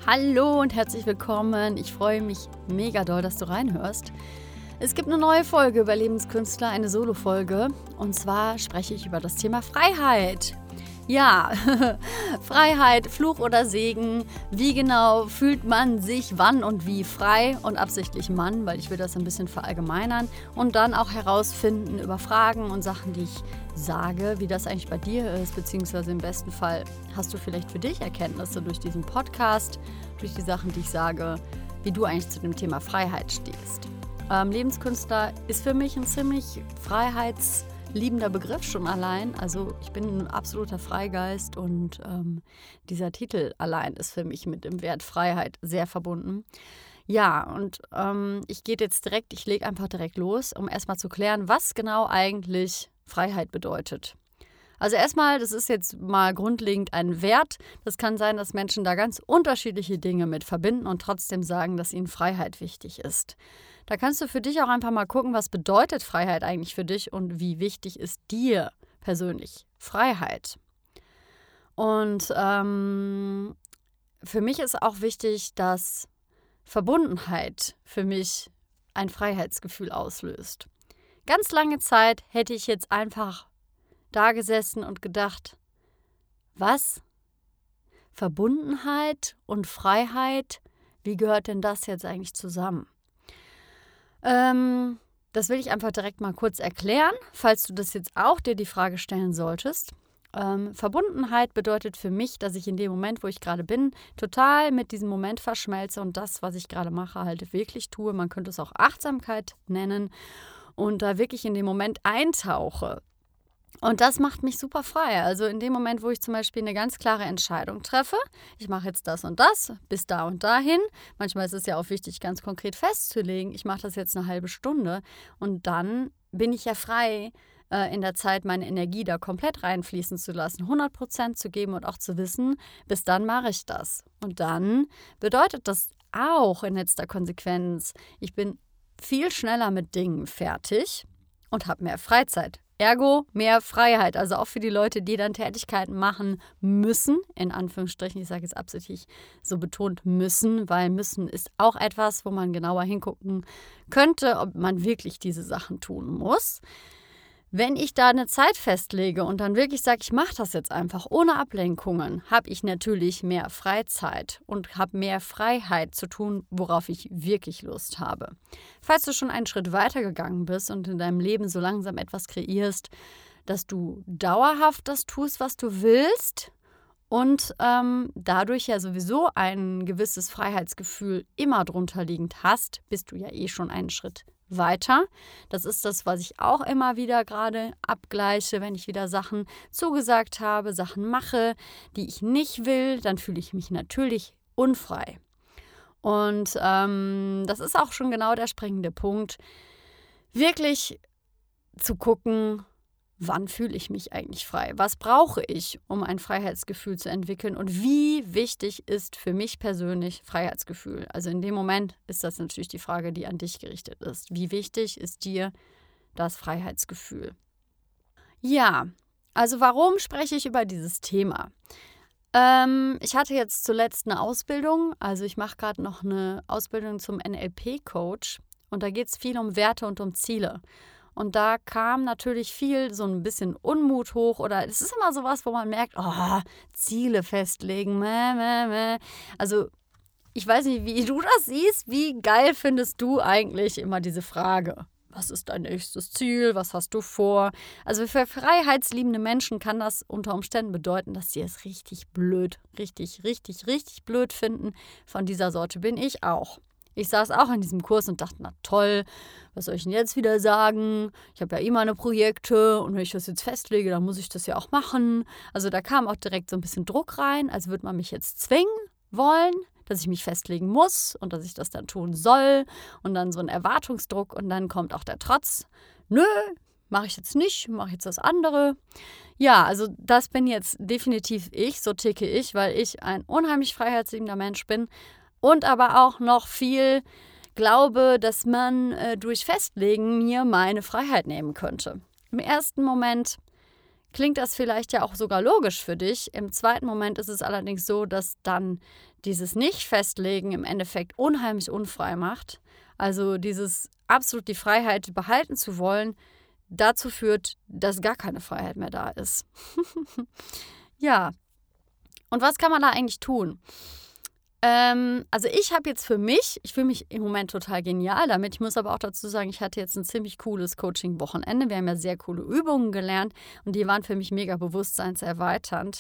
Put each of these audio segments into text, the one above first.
Hallo und herzlich willkommen. Ich freue mich mega doll, dass du reinhörst. Es gibt eine neue Folge über Lebenskünstler, eine Solo-Folge. Und zwar spreche ich über das Thema Freiheit. Ja, Freiheit, Fluch oder Segen. Wie genau fühlt man sich wann und wie frei? Und absichtlich Mann, weil ich will das ein bisschen verallgemeinern. Und dann auch herausfinden über Fragen und Sachen, die ich sage, wie das eigentlich bei dir ist. Beziehungsweise im besten Fall hast du vielleicht für dich Erkenntnisse durch diesen Podcast, durch die Sachen, die ich sage, wie du eigentlich zu dem Thema Freiheit stehst. Lebenskünstler ist für mich ein ziemlich freiheitsliebender Begriff schon allein. Also ich bin ein absoluter Freigeist und dieser Titel allein ist für mich mit dem Wert Freiheit sehr verbunden. Ja, und ich lege einfach direkt los, um erstmal zu klären, was genau eigentlich Freiheit bedeutet. Also erstmal, das ist jetzt mal grundlegend ein Wert. Das kann sein, dass Menschen da ganz unterschiedliche Dinge mit verbinden und trotzdem sagen, dass ihnen Freiheit wichtig ist. Da kannst du für dich auch einfach mal gucken, was bedeutet Freiheit eigentlich für dich und wie wichtig ist dir persönlich Freiheit. Und für mich ist auch wichtig, dass Verbundenheit für mich ein Freiheitsgefühl auslöst. Ganz lange Zeit hätte ich jetzt einfach da gesessen und gedacht, was? Verbundenheit und Freiheit? Wie gehört denn das jetzt eigentlich zusammen? Das will ich einfach direkt mal kurz erklären, falls du das jetzt auch dir die Frage stellen solltest. Verbundenheit bedeutet für mich, dass ich in dem Moment, wo ich gerade bin, total mit diesem Moment verschmelze und das, was ich gerade mache, halt wirklich tue. Man könnte es auch Achtsamkeit nennen und da wirklich in den Moment eintauche. Und das macht mich super frei. Also in dem Moment, wo ich zum Beispiel eine ganz klare Entscheidung treffe, ich mache jetzt das und das, bis da und dahin. Manchmal ist es ja auch wichtig, ganz konkret festzulegen, ich mache das jetzt eine halbe Stunde und dann bin ich ja frei, in der Zeit meine Energie da komplett reinfließen zu lassen, 100% zu geben und auch zu wissen, bis dann mache ich das. Und dann bedeutet das auch in letzter Konsequenz, ich bin viel schneller mit Dingen fertig und habe mehr Freizeit. Ergo mehr Freiheit, also auch für die Leute, die dann Tätigkeiten machen müssen, in Anführungsstrichen, ich sage jetzt absichtlich so betont müssen, weil müssen ist auch etwas, wo man genauer hingucken könnte, ob man wirklich diese Sachen tun muss. Wenn ich da eine Zeit festlege und dann wirklich sage, ich mache das jetzt einfach ohne Ablenkungen, habe ich natürlich mehr Freizeit und habe mehr Freiheit zu tun, worauf ich wirklich Lust habe. Falls du schon einen Schritt weiter gegangen bist und in deinem Leben so langsam etwas kreierst, dass du dauerhaft das tust, was du willst und dadurch ja sowieso ein gewisses Freiheitsgefühl immer drunter liegend hast, bist du ja schon einen Schritt weiter. Das ist das, was ich auch immer wieder gerade abgleiche, wenn ich wieder Sachen zugesagt habe, Sachen mache, die ich nicht will, dann fühle ich mich natürlich unfrei. Und das ist auch schon genau der springende Punkt, wirklich zu gucken, wann fühle ich mich eigentlich frei? Was brauche ich, um ein Freiheitsgefühl zu entwickeln? Und wie wichtig ist für mich persönlich Freiheitsgefühl? Also in dem Moment ist das natürlich die Frage, die an dich gerichtet ist. Wie wichtig ist dir das Freiheitsgefühl? Ja, also warum spreche ich über dieses Thema? Ich hatte jetzt zuletzt eine Ausbildung. Also ich mache gerade noch eine Ausbildung zum NLP-Coach. Und da geht es viel um Werte und um Ziele. Und da kam natürlich viel so ein bisschen Unmut hoch oder es ist immer sowas, wo man merkt, oh, Ziele festlegen, Also ich weiß nicht, wie du das siehst, wie geil findest du eigentlich immer diese Frage? Was ist dein nächstes Ziel? Was hast du vor? Also für freiheitsliebende Menschen kann das unter Umständen bedeuten, dass sie es richtig blöd, richtig blöd finden. Von dieser Sorte bin ich auch. Ich saß auch in diesem Kurs und dachte, na toll, was soll ich denn jetzt wieder sagen? Ich habe ja eh meine Projekte und wenn ich das jetzt festlege, dann muss ich das ja auch machen. Also da kam auch direkt so ein bisschen Druck rein, als würde man mich jetzt zwingen wollen, dass ich mich festlegen muss und dass ich das dann tun soll und dann so ein Erwartungsdruck und dann kommt auch der Trotz. Nö, mache ich jetzt nicht, mache jetzt das andere. Ja, also das bin jetzt definitiv ich, so ticke ich, weil ich ein unheimlich freiheitsliebender Mensch bin. Und aber auch noch viel glaube, dass man durch Festlegen mir meine Freiheit nehmen könnte. Im ersten Moment klingt das vielleicht ja auch sogar logisch für dich. Im zweiten Moment ist es allerdings so, dass dann dieses Nicht-Festlegen im Endeffekt unheimlich unfrei macht. Also dieses absolut die Freiheit behalten zu wollen, dazu führt, dass gar keine Freiheit mehr da ist. Ja, und was kann man da eigentlich tun? Also ich habe jetzt für mich, ich fühle mich im Moment total genial damit. Ich muss aber auch dazu sagen, ich hatte jetzt ein ziemlich cooles Coaching-Wochenende. Wir haben ja sehr coole Übungen gelernt und die waren für mich mega bewusstseinserweiternd.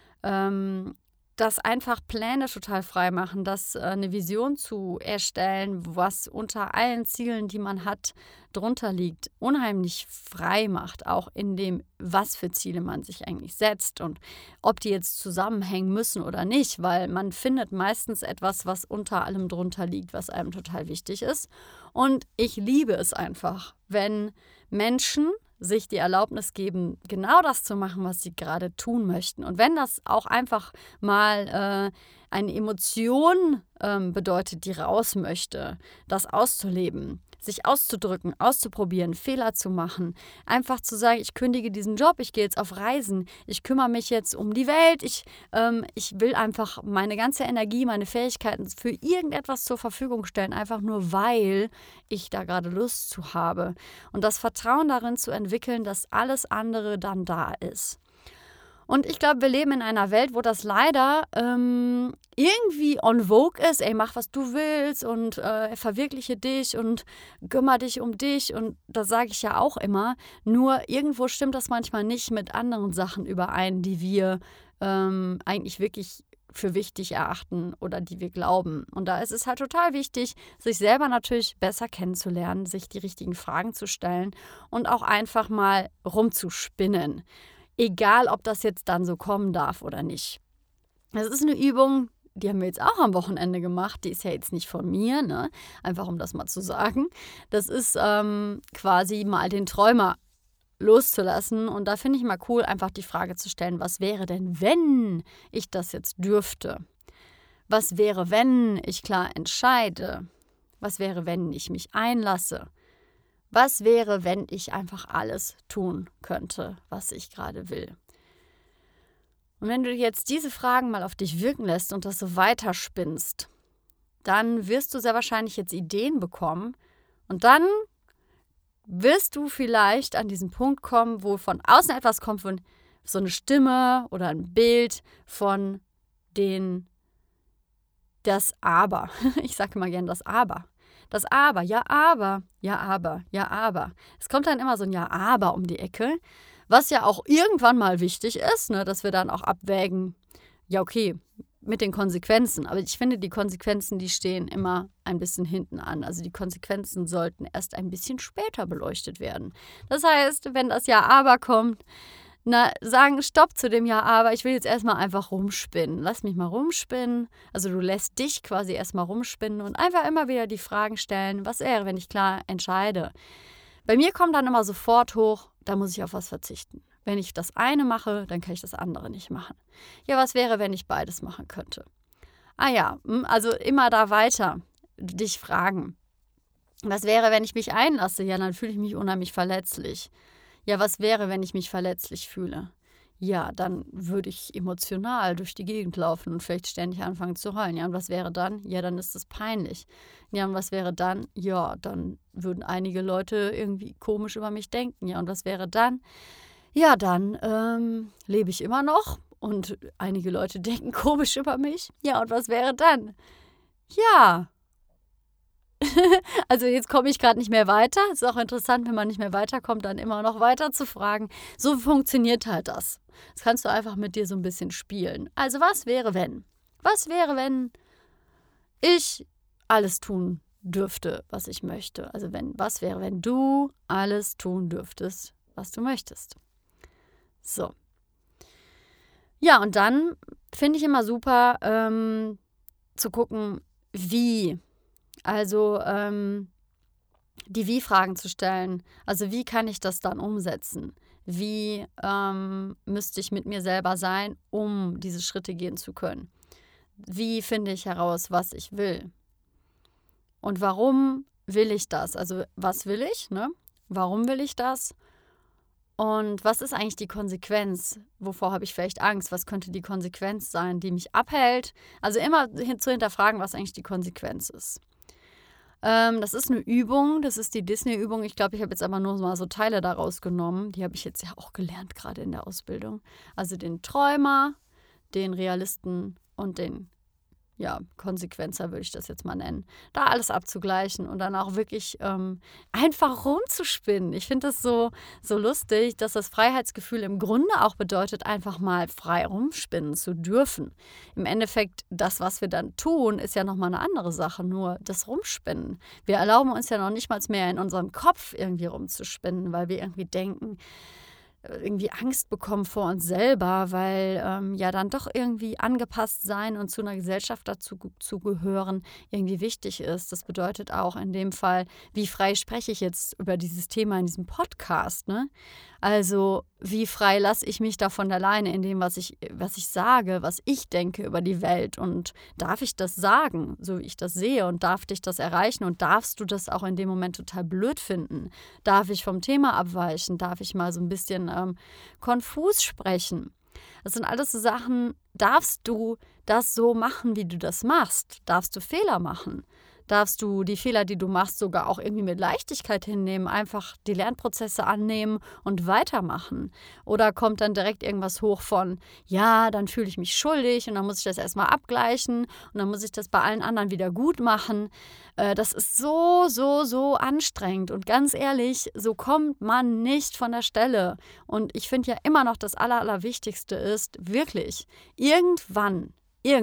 Das einfach Pläne total frei machen, das eine Vision zu erstellen, was unter allen Zielen, die man hat, drunter liegt, unheimlich frei macht, auch in dem, was für Ziele man sich eigentlich setzt und ob die jetzt zusammenhängen müssen oder nicht, weil man findet meistens etwas, was unter allem drunter liegt, was einem total wichtig ist. Und ich liebe es einfach, wenn Menschen sich die Erlaubnis geben, genau das zu machen, was sie gerade tun möchten. Und wenn das auch einfach mal eine Emotion bedeutet, die raus möchte, das auszuleben, sich auszudrücken, auszuprobieren, Fehler zu machen, einfach zu sagen, ich kündige diesen Job, ich gehe jetzt auf Reisen, ich kümmere mich jetzt um die Welt, ich will einfach meine ganze Energie, meine Fähigkeiten für irgendetwas zur Verfügung stellen, einfach nur weil ich da gerade Lust zu habe. Und das Vertrauen darin zu entwickeln, dass alles andere dann da ist. Und ich glaube, wir leben in einer Welt, wo das leider irgendwie on vogue ist. Ey, mach, was du willst und verwirkliche dich und kümmere dich um dich. Und das sage ich ja auch immer. Nur irgendwo stimmt das manchmal nicht mit anderen Sachen überein, die wir eigentlich wirklich für wichtig erachten oder die wir glauben. Und da ist es halt total wichtig, sich selber natürlich besser kennenzulernen, sich die richtigen Fragen zu stellen und auch einfach mal rumzuspinnen. Egal, ob das jetzt dann so kommen darf oder nicht. Das ist eine Übung, die haben wir jetzt auch am Wochenende gemacht. Die ist ja jetzt nicht von mir, ne? Einfach um das mal zu sagen. Das ist quasi mal den Träumer loszulassen. Und da finde ich mal cool, einfach die Frage zu stellen, was wäre denn, wenn ich das jetzt dürfte? Was wäre, wenn ich klar entscheide? Was wäre, wenn ich mich einlasse? Was wäre, wenn ich einfach alles tun könnte, was ich gerade will? Und wenn du jetzt diese Fragen mal auf dich wirken lässt und das so weiterspinnst, dann wirst du sehr wahrscheinlich jetzt Ideen bekommen und dann wirst du vielleicht an diesen Punkt kommen, wo von außen etwas kommt, von so eine Stimme oder ein Bild von das Aber. Ich sage immer gern das Aber. Das Aber, ja, aber, ja, aber, ja, aber. Es kommt dann immer so ein Ja, aber um die Ecke, was ja auch irgendwann mal wichtig ist, ne, dass wir dann auch abwägen, ja, okay, mit den Konsequenzen. Aber ich finde, die Konsequenzen, die stehen immer ein bisschen hinten an. Also die Konsequenzen sollten erst ein bisschen später beleuchtet werden. Das heißt, wenn das Ja, aber kommt, sagen Stopp zu dem Ja, aber ich will jetzt erstmal einfach rumspinnen. Lass mich mal rumspinnen. Also du lässt dich quasi erstmal rumspinnen und einfach immer wieder die Fragen stellen, was wäre, wenn ich klar entscheide. Bei mir kommt dann immer sofort hoch, da muss ich auf was verzichten. Wenn ich das eine mache, dann kann ich das andere nicht machen. Ja, was wäre, wenn ich beides machen könnte? Ah ja, also immer da weiter dich fragen. Was wäre, wenn ich mich einlasse? Ja, dann fühle ich mich unheimlich verletzlich. Ja, was wäre, wenn ich mich verletzlich fühle? Ja, dann würde ich emotional durch die Gegend laufen und vielleicht ständig anfangen zu heulen. Ja, und was wäre dann? Ja, dann ist es peinlich. Ja, und was wäre dann? Ja, dann würden einige Leute irgendwie komisch über mich denken. Ja, und was wäre dann? Ja, dann lebe ich immer noch und einige Leute denken komisch über mich. Ja, und was wäre dann? Ja. Also jetzt komme ich gerade nicht mehr weiter. Ist auch interessant, wenn man nicht mehr weiterkommt, dann immer noch weiter zu fragen. So funktioniert halt das. Das kannst du einfach mit dir so ein bisschen spielen. Also was wäre, wenn? Was wäre, wenn ich alles tun dürfte, was ich möchte? Also was wäre, wenn du alles tun dürftest, was du möchtest? So. Ja, und dann finde ich immer super zu gucken, wie. Also die Wie-Fragen zu stellen. Also wie kann ich das dann umsetzen? Wie müsste ich mit mir selber sein, um diese Schritte gehen zu können? Wie finde ich heraus, was ich will? Und warum will ich das? Also was will ich? Ne? Warum will ich das? Und was ist eigentlich die Konsequenz? Wovor habe ich vielleicht Angst? Was könnte die Konsequenz sein, die mich abhält? Also immer zu hinterfragen, was eigentlich die Konsequenz ist. Das ist eine Übung, das ist die Disney-Übung. Ich glaube, ich habe jetzt aber nur mal so Teile daraus genommen. Die habe ich jetzt ja auch gelernt, gerade in der Ausbildung. Also den Träumer, den Realisten und den Konsequenzer würde ich das jetzt mal nennen. Da alles abzugleichen und dann auch wirklich einfach rumzuspinnen. Ich finde das so lustig, dass das Freiheitsgefühl im Grunde auch bedeutet, einfach mal frei rumspinnen zu dürfen. Im Endeffekt, das, was wir dann tun, ist ja nochmal eine andere Sache, nur das Rumspinnen. Wir erlauben uns ja noch nicht mal mehr in unserem Kopf irgendwie rumzuspinnen, weil wir irgendwie denken, irgendwie Angst bekommen vor uns selber, weil dann doch irgendwie angepasst sein und zu einer Gesellschaft dazu zu gehören irgendwie wichtig ist. Das bedeutet auch in dem Fall, wie frei spreche ich jetzt über dieses Thema in diesem Podcast, ne? Also wie frei lasse ich mich davon alleine in dem, was ich sage, was ich denke über die Welt, und darf ich das sagen, so wie ich das sehe, und darf dich das erreichen und darfst du das auch in dem Moment total blöd finden? Darf ich vom Thema abweichen? Darf ich mal so ein bisschen konfus sprechen? Das sind alles so Sachen, darfst du das so machen, wie du das machst? Darfst du Fehler machen? Darfst du die Fehler, die du machst, sogar auch irgendwie mit Leichtigkeit hinnehmen, einfach die Lernprozesse annehmen und weitermachen? Oder kommt dann direkt irgendwas hoch von, ja, dann fühle ich mich schuldig und dann muss ich das erstmal abgleichen und dann muss ich das bei allen anderen wieder gut machen. Das ist so anstrengend, und ganz ehrlich, so kommt man nicht von der Stelle. Und ich finde ja immer noch, das Allerwichtigste ist wirklich, irgendwann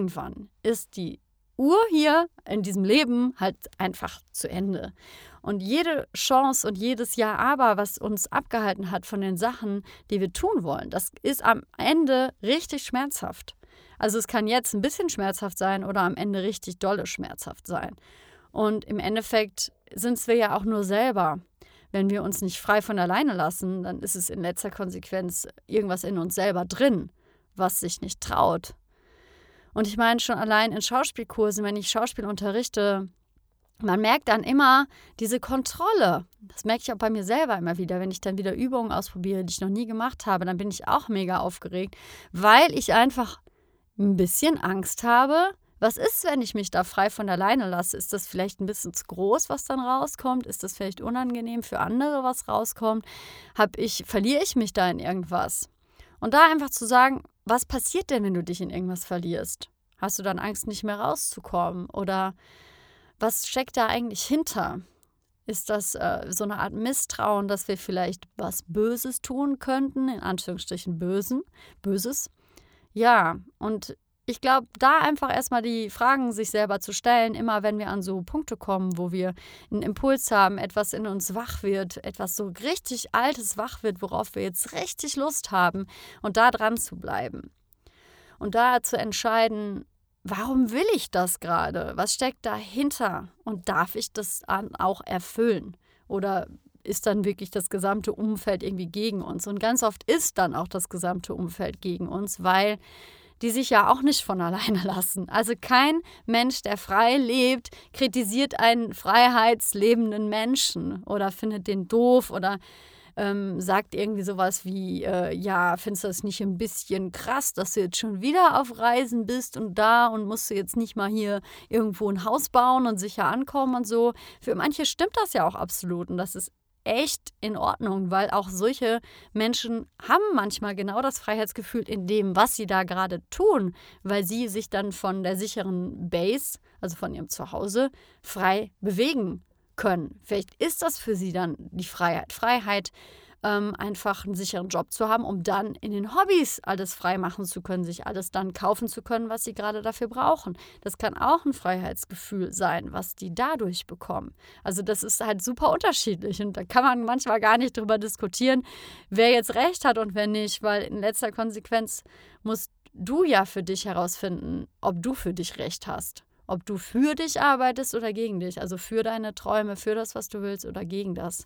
ist die Uhr hier in diesem Leben halt einfach zu Ende. Und jede Chance und jedes Ja aber, was uns abgehalten hat von den Sachen, die wir tun wollen, das ist am Ende richtig schmerzhaft. Also es kann jetzt ein bisschen schmerzhaft sein oder am Ende richtig dolle schmerzhaft sein. Und im Endeffekt sind es wir ja auch nur selber. Wenn wir uns nicht frei von alleine lassen, dann ist es in letzter Konsequenz irgendwas in uns selber drin, was sich nicht traut. Und ich meine schon allein in Schauspielkursen, wenn ich Schauspiel unterrichte, man merkt dann immer diese Kontrolle. Das merke ich auch bei mir selber immer wieder. Wenn ich dann wieder Übungen ausprobiere, die ich noch nie gemacht habe, dann bin ich auch mega aufgeregt, weil ich einfach ein bisschen Angst habe. Was ist, wenn ich mich da frei von alleine lasse? Ist das vielleicht ein bisschen zu groß, was dann rauskommt? Ist das vielleicht unangenehm für andere, was rauskommt? Verliere ich mich da in irgendwas? Und da einfach zu sagen, was passiert denn, wenn du dich in irgendwas verlierst? Hast du dann Angst, nicht mehr rauszukommen? Oder was steckt da eigentlich hinter? Ist das so eine Art Misstrauen, dass wir vielleicht was Böses tun könnten, in Anführungsstrichen Böses? Ja, und ich glaube, da einfach erstmal die Fragen sich selber zu stellen, immer wenn wir an so Punkte kommen, wo wir einen Impuls haben, etwas in uns wach wird, etwas so richtig Altes wach wird, worauf wir jetzt richtig Lust haben, und da dran zu bleiben. Und da zu entscheiden, warum will ich das gerade? Was steckt dahinter? Und darf ich das dann auch erfüllen? Oder ist dann wirklich das gesamte Umfeld irgendwie gegen uns? Und ganz oft ist dann auch das gesamte Umfeld gegen uns, weil die sich ja auch nicht von alleine lassen. Also kein Mensch, der frei lebt, kritisiert einen freiheitslebenden Menschen oder findet den doof oder sagt irgendwie sowas wie, findest du das nicht ein bisschen krass, dass du jetzt schon wieder auf Reisen bist und musst du jetzt nicht mal hier irgendwo ein Haus bauen und sicher ankommen und so. Für manche stimmt das ja auch absolut, und das ist echt in Ordnung, weil auch solche Menschen haben manchmal genau das Freiheitsgefühl in dem, was sie da gerade tun, weil sie sich dann von der sicheren Base, also von ihrem Zuhause, frei bewegen können. Vielleicht ist das für sie dann die Freiheit, einfach einen sicheren Job zu haben, um dann in den Hobbys alles frei machen zu können, sich alles dann kaufen zu können, was sie gerade dafür brauchen. Das kann auch ein Freiheitsgefühl sein, was die dadurch bekommen. Also das ist halt super unterschiedlich, und da kann man manchmal gar nicht drüber diskutieren, wer jetzt recht hat und wer nicht, weil in letzter Konsequenz musst du ja für dich herausfinden, ob du für dich recht hast. Ob du für dich arbeitest oder gegen dich. Also für deine Träume, für das, was du willst, oder gegen das.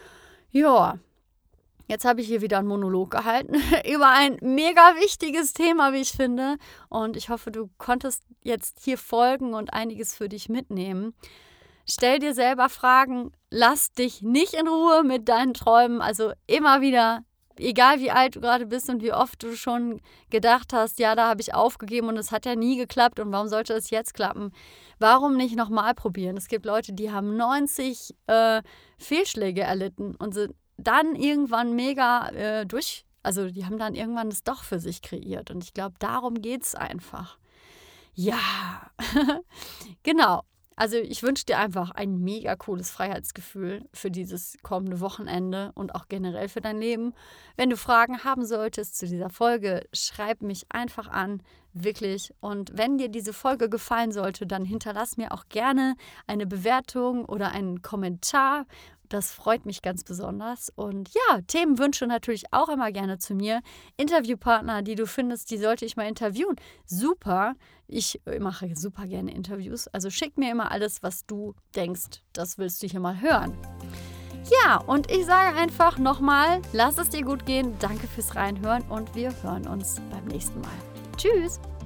Ja, jetzt habe ich hier wieder einen Monolog gehalten über ein mega wichtiges Thema, wie ich finde. Und ich hoffe, du konntest jetzt hier folgen und einiges für dich mitnehmen. Stell dir selber Fragen. Lass dich nicht in Ruhe mit deinen Träumen. Also immer wieder egal wie alt du gerade bist und wie oft du schon gedacht hast, ja, da habe ich aufgegeben und es hat ja nie geklappt und warum sollte es jetzt klappen? Warum nicht nochmal probieren? Es gibt Leute, die haben 90 Fehlschläge erlitten und sind dann irgendwann mega also die haben dann irgendwann das doch für sich kreiert. Und ich glaube, darum geht es einfach. Ja, genau. Also ich wünsche dir einfach ein mega cooles Freiheitsgefühl für dieses kommende Wochenende und auch generell für dein Leben. Wenn du Fragen haben solltest zu dieser Folge, schreib mich einfach an, wirklich. Und wenn dir diese Folge gefallen sollte, dann hinterlass mir auch gerne eine Bewertung oder einen Kommentar. Das freut mich ganz besonders. Und ja, Themenwünsche natürlich auch immer gerne zu mir. Interviewpartner, die du findest, die sollte ich mal interviewen. Super. Ich mache super gerne Interviews. Also schick mir immer alles, was du denkst, das willst du hier mal hören. Ja, und ich sage einfach nochmal, lass es dir gut gehen. Danke fürs Reinhören und wir hören uns beim nächsten Mal. Tschüss.